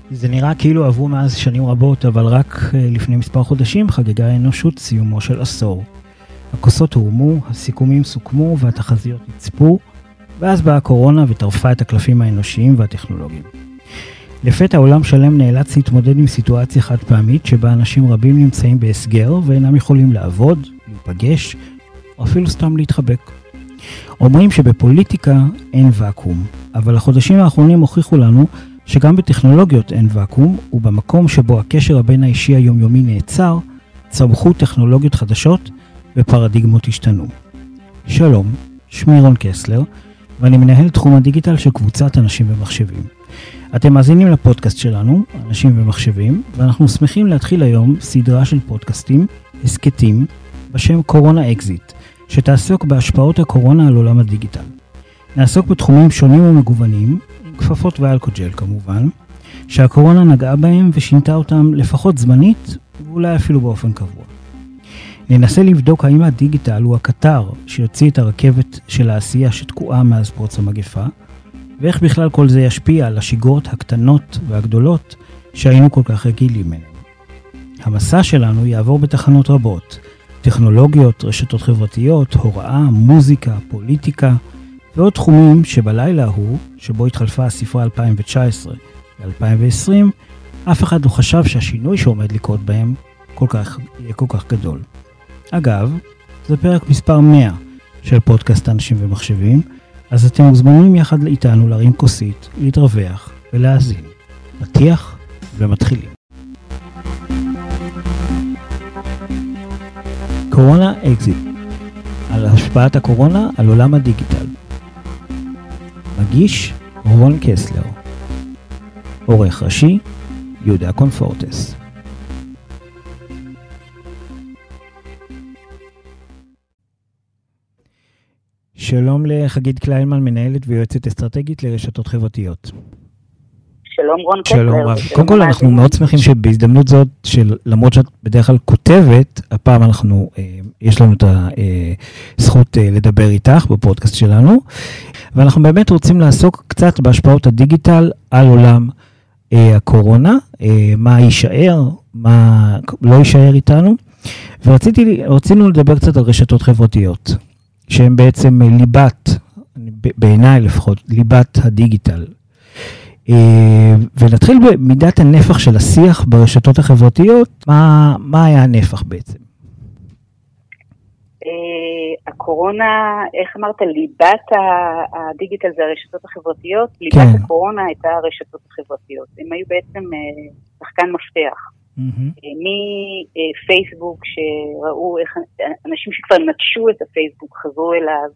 זה נראה כאילו עברו מאז שנים רבות, אבל רק לפני מספר חודשים חגגה האנושות סיומו של עשור. הכוסות הורמו, הסיכומים סוכמו והתחזיות נצפו, ואז באה הקורונה וטרפה את הקלפים האנושיים והטכנולוגיים. לפתע העולם שלם נאלץ להתמודד עם סיטואציה חד פעמית שבה אנשים רבים נמצאים בהסגר ואינם יכולים לעבוד, להיפגש, או אפילו סתם להתחבק. אומרים שבפוליטיקה אין ואקום, אבל החודשים האחרונים הוכיחו לנו שגם בטכנולוגיות אין ואקום, ובמקום שבו הקשר הבין האישי היומיומי נעצר, צמחו טכנולוגיות חדשות ופרדיגמות השתנו. שלום, שמי רון קסלר, ואני מנהל תחום הדיגיטל של קבוצת אנשים ומחשבים. אתם מאזינים לפודקאסט שלנו, אנשים ומחשבים, ואנחנו שמחים להתחיל היום סדרה של פודקאסטים, הסקטים, בשם קורונה אקזיט, שתעסוק בהשפעות הקורונה על עולם הדיגיטל. נעסוק בתחומים שונים ומגוונים, עם כפפות ואלכוג'ל כמובן, שהקורונה נגעה בהם ושינתה אותם לפחות זמנית, ואולי אפילו באופן קבוע. ננסה לבדוק האם הדיגיטל הוא הקטר שיוציא את הרכבת של העשייה שתקועה מאז פרוץ המגפה, ואיך בכלל כל זה ישפיע על השגרות הקטנות והגדולות שהיינו כל כך רגילים מהן. המסע שלנו יעבור בתחנות רבות, טכנולוגיות, רשתות חברתיות, הוראה, מוזיקה, פוליטיקה, ועוד תחומים שבלילה ההוא, שבו התחלפה הספרה 2019 ו-2020, אף אחד לא חשב שהשינוי שעומד לקרות בהם יהיה כל כך גדול. אגב, זה פרק מספר 100 של פודקאסט אנשים ומחשבים, אז אתם מוזמנים יחד איתנו להרים כוסית, להתרווח ולהאזין. פתיח ומתחילים. קורונה אקזיט, על השפעת הקורונה על עולם הדיגיטל. מגיש רון קסלר, עורך ראשי יהודה קונפורטס. שלום לחגית קליינמן, מנהלת ויועצת אסטרטגית לרשתות חברתיות. שלום רון קסלר. שלום רב. קודם כל אנחנו מאוד שמחים שבהזדמנות זאת, למרות שאת בדרך כלל כותבת, הפעם יש לנו את הזכות לדבר איתך בפודקאסט שלנו, ואנחנו באמת רוצים לעסוק קצת בהשפעות הדיגיטל על עולם הקורונה, מה יישאר, מה לא יישאר איתנו, ורצינו לדבר קצת על רשתות חברתיות, שהן בעצם בעיניי לפחות, ליבת הדיגיטל. ונתחיל במידת הנפח של השיח ברשתות החברתיות. מה היה הנפח בעצם? הקורונה, איך אמרת, ליבת הדיגיטל זה הרשתות החברתיות, ליבת הקורונה הייתה הרשתות החברתיות. הם היו בעצם שחקן מפתח. מפייסבוק שראו איך אנשים שכבר נטשו את הפייסבוק חזרו אליו,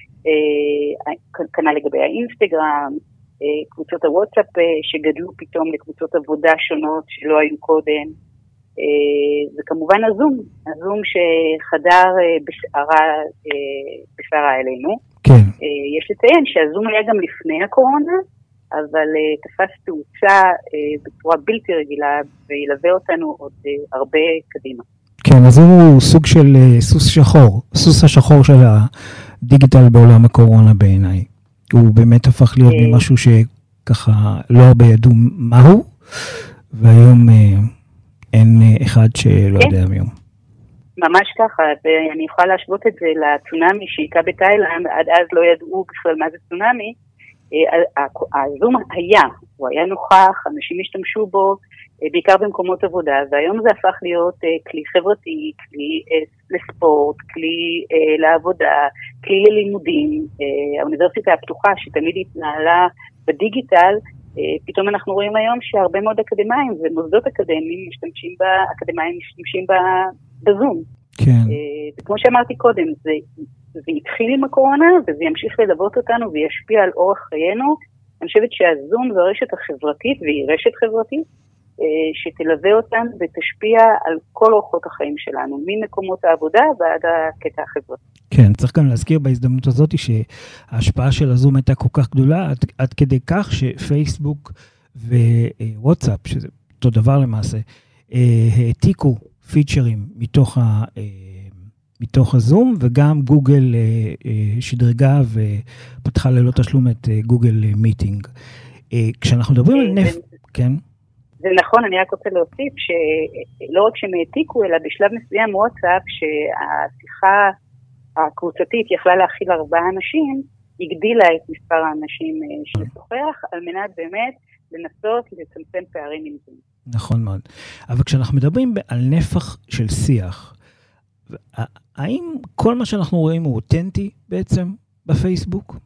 כנ"ל לגבי האינסטגרם, קבוצות הוואטסאפ שגדלו פתאום לקבוצות עבודה שונות שלא היו קודם, וכמובן הזום שחדר בשערה אלינו. כן. יש לציין שהזום היה גם לפני הקורונה, אבל תפס תאוצה בצורה בלתי רגילה וילווה אותנו עוד הרבה קדימה. כן, אז הוא סוג של סוס השחור של הדיגיטל בעולם הקורונה בעיניי. הוא באמת הפך להיות משהו שככה לא הרבה ידעו מהו, והיום אין אחד שלא יודע מיום. ממש ככה, ואני יכולה להשוות את זה לצונאמי שהיכה בתאילנד, עד אז לא ידעו בכלל מה זה צונאמי. הזום הוא היה נוכח, אנשים השתמשו בו, בעיקר במקומות עבודה, והיום זה הפך להיות כלי חברתי, כלי לספורט, כלי לעבודה, כלי ללימודים. האוניברסיטה הפתוחה שתמיד התנהלה בדיגיטל, פתאום אנחנו רואים היום שהרבה מאוד אקדמיים ומוסדות אקדמיים משתמשים בזום. כן. וכמו שאמרתי קודם, זה התחיל עם הקורונה, וזה ימשיך ללוות אותנו וישפיע על אורח חיינו. אני חושבת שהזום זו הרשת החברתית, והיא רשת חברתית, שתלווה אותנו ותשפיע על כל אורחות החיים שלנו, ממקומות העבודה ועד הקטע החברתי. כן, צריך גם להזכיר בהזדמנות הזאת שההשפעה של הזום הייתה כל כך גדולה, עד כדי כך שפייסבוק ווואטסאפ, שזה אותו דבר למעשה, העתיקו פיצ'רים מתוך הזום, וגם גוגל שדרגה ופתחה ללא תשלום את גוגל מיטינג. כשאנחנו מדברים על כן? זה נכון, אני רק רוצה להוסיף שלא רק שהם העתיקו, אלא בשלב מסוים וואטסאפ, שהשיחה הקבוצתית יכלה להכיל 4 אנשים, הגדילה את מספר האנשים שמשוחח, על מנת באמת לנסות לצמצם פערים עם זה. נכון מאוד. אבל כשאנחנו מדברים על נפח של שיח, האם כל מה שאנחנו רואים הוא אותנטי בעצם בפייסבוק?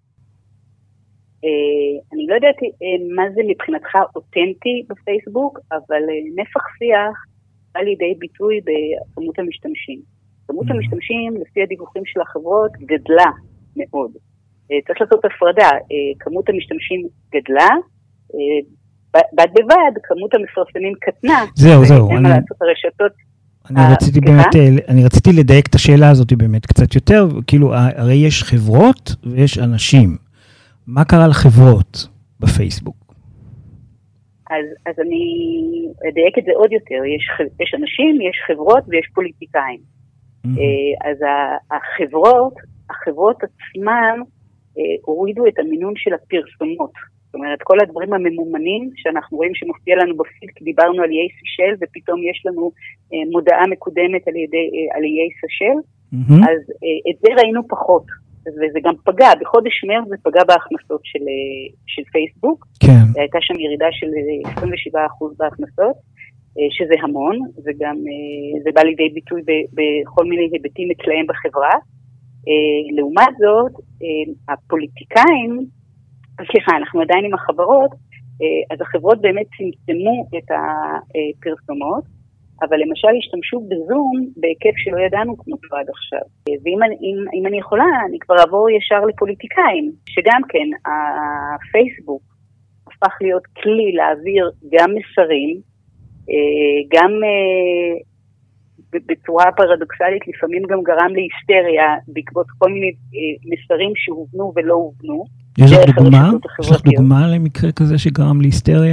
אני לא יודעת מה זה מבחינתך אותנטי בפייסבוק, אבל נפח שיח בא לידי ביטוי בכמות המשתמשים. כמות המשתמשים, לפי הדיווחים של החברות, גדלה מאוד. צריך לעשות הפרדה. כמות המשתמשים גדלה, בד בבד, כמות המפרסמים קטנה. זהו. אין מה לעשות הרשתות. אני רציתי לדייק את השאלה הזאת באמת קצת יותר, כאילו, הרי יש חברות ויש אנשים. מה קרה לחברות בפייסבוק? אז אני אדייק את זה עוד יותר. יש אנשים, יש חברות ויש פוליטיקאים. אז החברות עצמן הורידו את המינון של הפרסומות. זאת אומרת, כל הדברים הממומנים שאנחנו רואים שמופיע לנו בפיד, כי דיברנו על איי סיישל, ופתאום יש לנו מודעה מקודמת על איי סיישל, אז את זה ראינו פחות. וזה גם פגע, בחודש מרץ זה פגע בהכנסות של פייסבוק. כן. הייתה שם ירידה של 27% בהכנסות, שזה המון, וגם זה בא לידי ביטוי בכל מיני היבטים אצלהם בחברה. לעומת זאת, הפוליטיקאים, סליחה, אנחנו עדיין עם החברות, אז החברות באמת צמצמו את הפרסומות, אבל למשל השתמשו בזום בהיקף שלא ידענו כמותו עד עכשיו. ואם אני יכולה, אני כבר אעבור ישר לפוליטיקאים, שגם כן, הפייסבוק הפך להיות כלי להעביר גם מסרים, גם בצורה פרדוקסלית, לפעמים גם גרם להיסטריה, בעקבות כל מיני מסרים שהובנו ולא הובנו. יש לך דוגמה למקרה כזה שגרם להיסטריה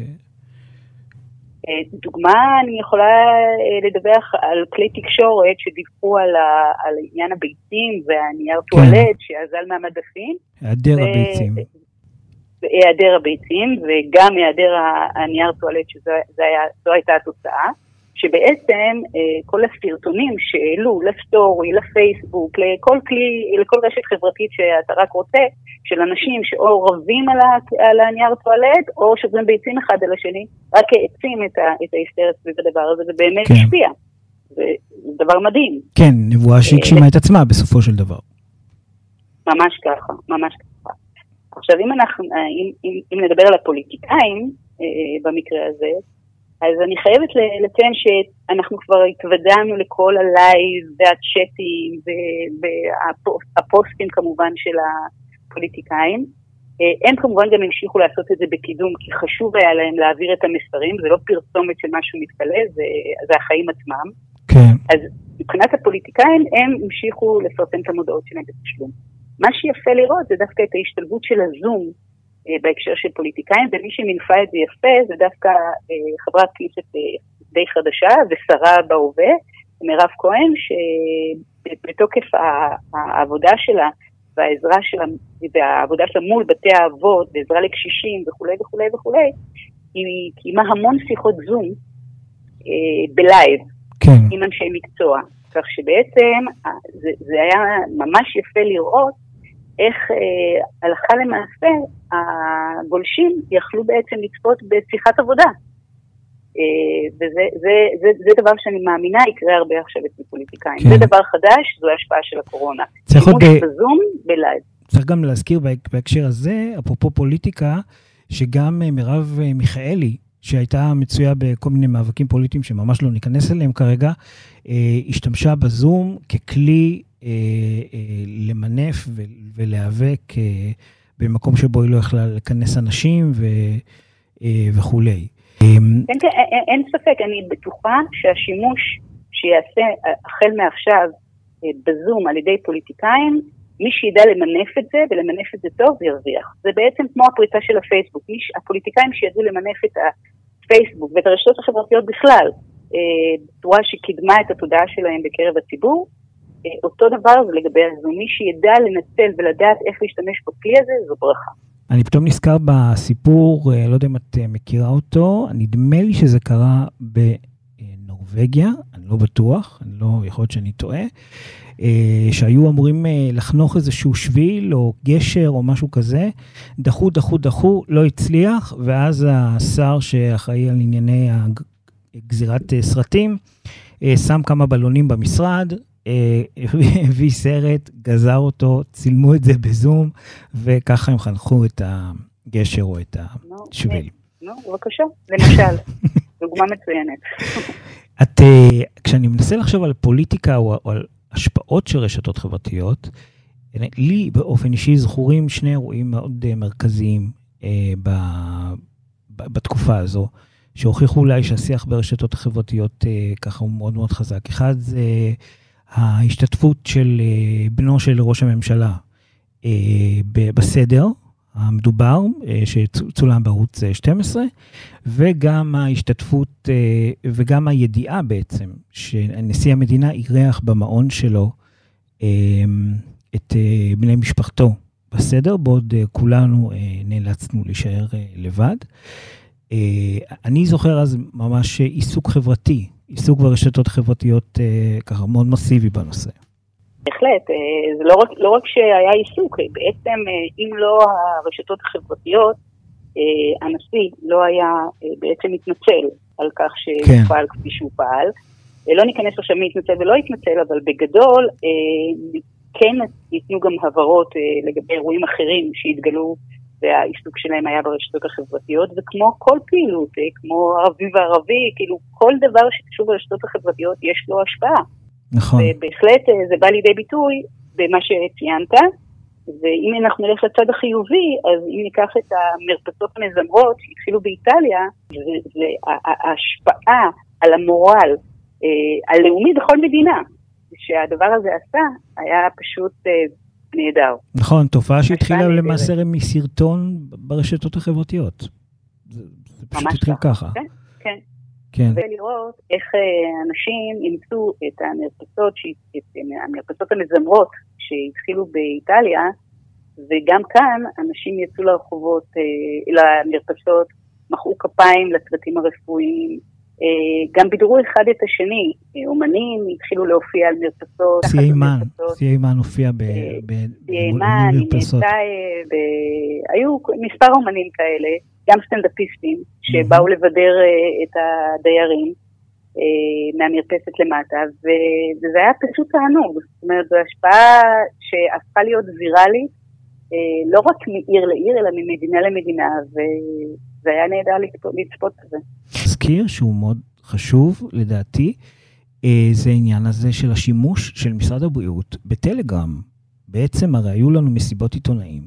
דוגמה, אני יכולה לדווח על כלי תקשורת שדיווחו על עניין הביצים והנייר טואלט שעזל מהמדפים. היעדר הביצים. היעדר הביצים וגם היעדר הנייר טואלט שזו הייתה התוצאה, שבעצם כל הסרטונים שהעלו לסטורי, לפייסבוק, לכל רשת חברתית שאתה רק רוצה, של אנשים שאו רבים על הנייר טואלט, או שזרים ביצים אחד על השני, רק העצים את ההיסטריה סביב הדבר הזה, זה באמת השפיע. זה דבר מדהים. כן, נבואה שהגשימה את עצמה בסופו של דבר. ממש ככה, ממש ככה. עכשיו, אם נדבר על הפוליטיקאים, במקרה הזה, אז אני חייבת לציין שאנחנו כבר התוודענו לכל הלייב והצ'אטים והפוסטים כמובן של הפוליטיקאים. הם כמובן גם המשיכו לעשות את זה בקידום, כי חשוב היה להם להעביר את המסרים, זה לא פרסומת של משהו מתקלה, זה החיים עצמם. כן. אז מבחינת הפוליטיקאים הם המשיכו לפרסם את המודעות שלהם בתשלום. מה שיפה לראות זה דווקא את ההשתלבות של הזום, בהקשר של פוליטיקאים, ומי שמנפה את זה יפה, זה דווקא חברת כנסת די חדשה, ושרה בהווה, מירב כהן, שבתוקף העבודה שלה, והעזרה שלה, והעבודה שלה מול בתי האבות, ועזרה לקשישים וכו' וכו' וכו', היא קיימה המון שיחות זום בלייב, כן. עם אנשי מקצוע. כך שבעצם זה היה ממש יפה לראות, איך הלכה למעשה הגולשים יכלו בעצם לצפות בשיחת עבודה. וזה דבר שאני מאמינה יקרה הרבה עכשיו את הפוליטיקאים. כן. זה דבר חדש, זו השפעה של הקורונה. שימוש בזום בלייב. צריך גם להזכיר בהקשר הזה, אפרופו פוליטיקה, שגם מרב מיכאלי, שהייתה מצויה בכל מיני מאבקים פוליטיים שממש לא ניכנס אליהם כרגע, השתמשה בזום ככלי למנף ולהיאבק במקום שבו היא לא יכלה לכנס אנשים וכו'. כן, אין ספק, אני בטוחה שהשימוש שיעשה החל מעכשיו בזום על ידי פוליטיקאים, מי שידע למנף את זה ולמנף את זה טוב ירוויח. זה בעצם כמו הפריצה של הפייסבוק. הפוליטיקאים שידעו למנף את הפייסבוק ואת הרשתות החברתיות בכלל, בצורה שקידמה את התודעה שלהם בקרב הציבור, אותו דבר זה לגבי הזום. מי שידע לנצל ולדעת איך להשתמש בכלי הזה, זו ברכה. אני פתאום נזכר בסיפור, לא יודע אם את מכירה אותו, נדמה לי שזה קרה בנורווגיה, אני לא בטוח, אני לא יכול להיות שאני טועה, שהיו אמורים לחנוך איזשהו שביל או גשר או משהו כזה, דחו, לא הצליח, ואז השר שאחראי על ענייני גזירת סרטים, שם כמה בלונים במשרד, הביא סרט, גזר אותו, צילמו את זה בזום, וככה הם חנכו את הגשר או את השביל. בבקשה, למשל, דוגמה מצוינת. כשאני מנסה לחשוב על פוליטיקה או על השפעות של רשתות חברתיות, לי באופן אישי זכורים שני אירועים מאוד מרכזיים בתקופה הזו, שהוכיחו אולי שהשיח ברשתות החברתיות ככה הוא מאוד מאוד חזק. אחד זה ההשתתפות של בנו של ראש הממשלה בסדר המדובר שצולם בערוץ 12, וגם ההשתתפות וגם הידיעה בעצם שנשיא המדינה אירח במעון שלו את בני משפחתו בסדר, בעוד כולנו נאלצנו להישאר לבד. אני זוכר אז ממש עיסוק חברתי, עיסוק ברשתות חברתיות ככה מאוד מסיבי בנושא. בהחלט, זה לא רק שהיה עיסוק, בעצם אם לא הרשתות החברתיות, הנשיא לא היה בעצם מתנצל על כך שפעל כפי שהוא פעל. לא ניכנס עכשיו מי יתנצל ולא יתנצל, אבל בגדול כן ייתנו גם הבהרות לגבי אירועים אחרים שהתגלו, והעיסוק שלהם היה ברשתות החברתיות, וכמו כל פעילות, כמו ערבי וערבי, כאילו כל דבר שקשור ברשתות החברתיות יש לו השפעה. נכון. ובהחלט זה בא לידי ביטוי במה שציינת, ואם אנחנו נלך לצד החיובי, אז אם ניקח את המרפסות המזמרות שהתחילו באיטליה, וההשפעה על המורל הלאומי בכל מדינה, שהדבר הזה עשה, היה פשוט נהדר. נכון, תופעה שהתחילה למעשה מסרטון ברשתות החברתיות. זה פשוט התחיל ככה. כן. ולראות איך אנשים אימצו את המרפסות המזמרות שהתחילו באיטליה, וגם כאן אנשים יצאו לרחובות, למרפסות, מחאו כפיים לצוותים הרפואיים, גם בידרו אחד את השני, אומנים התחילו להופיע על מרפסות. סיימן הופיע במרפסות. היו מספר אומנים כאלה, גם סטנדאפיסטים, שבאו לבדר את הדיירים מהמרפסת למטה, וזה היה פשוט תענוג. זאת אומרת, זו השפעה שהפכה להיות ויראלית, לא רק מעיר לעיר, אלא ממדינה למדינה, וזה היה נהדר לצפות בזה. אזכיר שהוא מאוד חשוב, לדעתי, זה העניין הזה של השימוש של משרד הבריאות בטלגרם. בעצם הרי היו לנו מסיבות עיתונאים,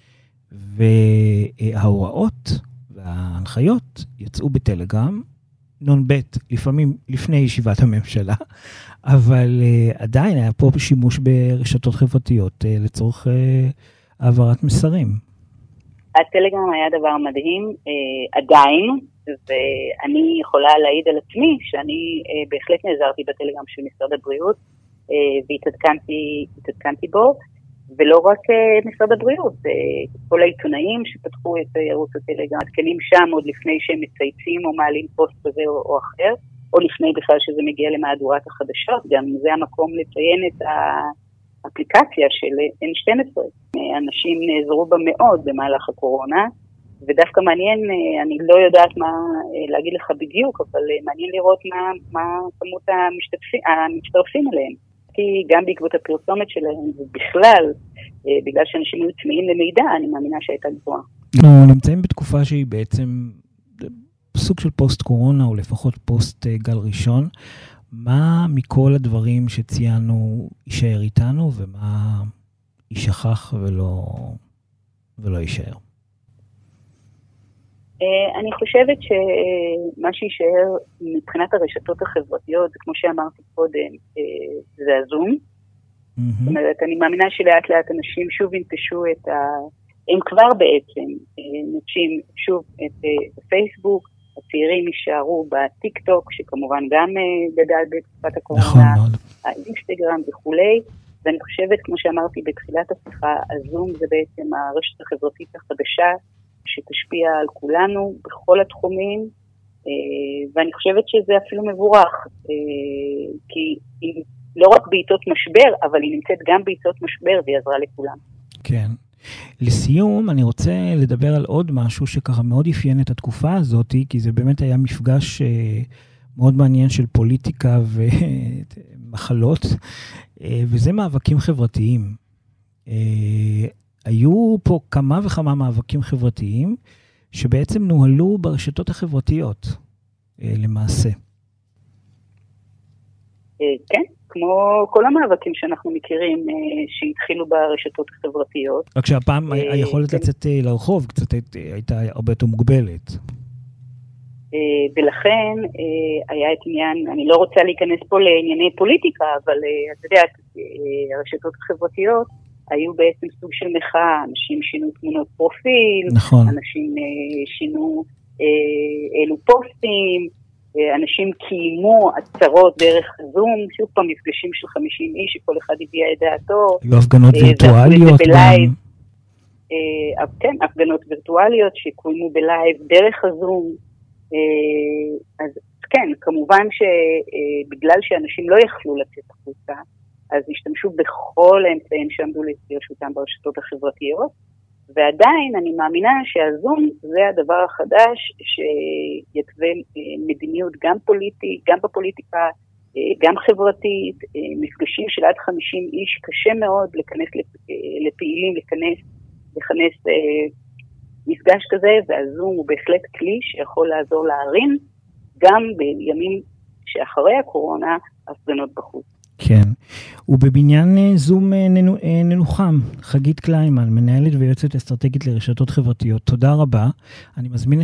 וההוראות וההנחיות יצאו בטלגרם, נון בית, לפעמים לפני ישיבת הממשלה, אבל עדיין היה פה שימוש ברשתות חברתיות לצורך העברת מסרים. הטלגרם היה דבר מדהים, עדיין, ואני יכולה להעיד על עצמי שאני בהחלט נעזרתי בטלגרם של משרד הבריאות, והתעדכנתי בו, ולא רק משרד הבריאות, כל העיתונאים שפתחו את ערוץ הטלגרם, התקנים שם עוד לפני שהם מצייצים או מעלים פוסט כזה או אחר, או לפני בכלל שזה מגיע למהדורת החדשות, גם זה המקום לציין את האפליקציה של N12. אנשים נעזרו בה מאוד במהלך הקורונה, ודווקא מעניין, אני לא יודעת מה להגיד לך בדיוק, אבל מעניין לראות מה כמות המצטרפים עליהם. כי גם בעקבות הפרסומת שלהם, ובכלל, בגלל שאנשים היו צמאים למידע, אני מאמינה שהייתה גבוהה. אנחנו נמצאים בתקופה שהיא בעצם סוג של פוסט קורונה, או לפחות פוסט גל ראשון. מה מכל הדברים שציינו יישאר איתנו, ומה יישכח ולא יישאר? אני חושבת שמה שישאר מבחינת הרשתות החברתיות, כמו שאמרתי קודם, זה הזום. זאת אומרת, אני מאמינה שלאט לאט אנשים שוב ינטשו הם כבר בעצם נוטשים שוב את הפייסבוק, הצעירים יישארו בטיק טוק, שכמובן גם גדל בתקופת הקורונה, האינסטגרם וכולי, ואני חושבת, כמו שאמרתי בתחילת השיחה, הזום זה בעצם הרשת החברתית החדשה, שתשפיע על כולנו בכל התחומים, ואני חושבת שזה אפילו מבורך, כי היא לא רק בעיתות משבר, אבל היא נמצאת גם בעיתות משבר, והיא עזרה לכולם. כן. לסיום, אני רוצה לדבר על עוד משהו שככה מאוד אפיין את התקופה הזאת, כי זה באמת היה מפגש מאוד מעניין של פוליטיקה ומחלות, וזה מאבקים חברתיים. היו פה כמה וכמה מאבקים חברתיים, שבעצם נוהלו ברשתות החברתיות, למעשה. כן, כמו כל המאבקים שאנחנו מכירים שהתחילו ברשתות החברתיות. רק שהפעם היכולת לצאת לרחוב קצת הייתה הרבה יותר מוגבלת. ולכן היה את עניין, אני לא רוצה להיכנס פה לענייני פוליטיקה, אבל את יודעת, הרשתות החברתיות היו בעצם סוג של מחאה, אנשים שינו תמונות פרופיל, נכון. אנשים שינו אלו פוסטים, אנשים קיימו עצרות דרך זום, שוב פעם מפגשים של 50 איש, שכל אחד הביע את דעתו. היו הפגנות וירטואליות גם. כן, הפגנות וירטואליות שקוימו בלייב דרך הזום. אז כן, כמובן שבגלל שאנשים לא יכלו לצאת החוצה, אז השתמשו בכל האמצעים שעמדו לרשותם ברשתות החברתיות, ועדיין אני מאמינה שהזום זה הדבר החדש שיתווה מדיניות גם פוליטית, גם בפוליטיקה, גם חברתית, מפגשים של עד 50 איש, קשה מאוד לכנס לפעילים, לכנס מפגש כזה, והזום הוא בהחלט כלי שיכול לעזור להרים, גם בימים שאחרי הקורונה, הפגנות בחוץ. כן, ובבניין זום ננוחם, חגית קליימן, מנהלת ויועצת אסטרטגית לרשתות חברתיות. תודה רבה. אני מזמין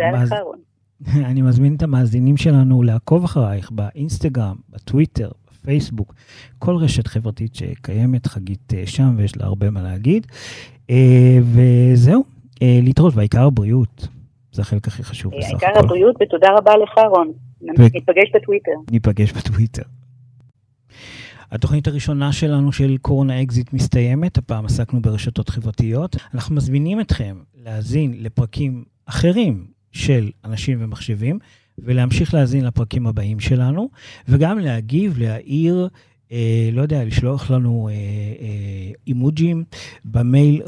את המאזינים שלנו לעקוב אחרייך באינסטגרם, בטוויטר, בפייסבוק, כל רשת חברתית שקיימת, חגית שם ויש לה הרבה מה להגיד. וזהו, להתראות, והעיקר הבריאות. זה החלק הכי חשוב בסך הכל. העיקר הבריאות, ותודה רבה לך רון. ניפגש בטוויטר. התוכנית הראשונה שלנו של קורונה אקזיט מסתיימת, הפעם עסקנו ברשתות חברתיות. אנחנו מזמינים אתכם להאזין לפרקים אחרים של אנשים ומחשבים, ולהמשיך להאזין לפרקים הבאים שלנו, וגם להגיב, להעיר, לא יודע, לשלוח לנו אימוג'ים במייל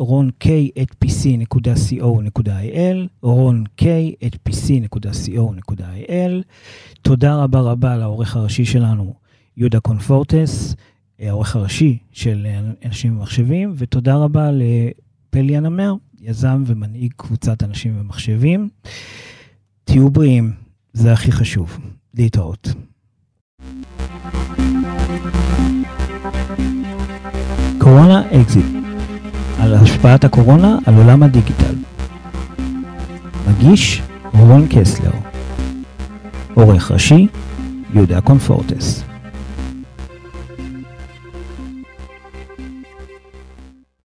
ronk@pc.co.il, ronk@pc.co.il. תודה רבה לעורך הראשי שלנו, יהודה קונפורטס, העורך הראשי של אנשים ומחשבים, ותודה רבה לפלי הנמר, יזם ומנהיג קבוצת אנשים ומחשבים. תהיו בריאים, זה הכי חשוב. להתראות. קורונה אקזיט, על השפעת הקורונה על עולם הדיגיטל. מגיש רון קסלר, עורך ראשי יהודה קונפורטס.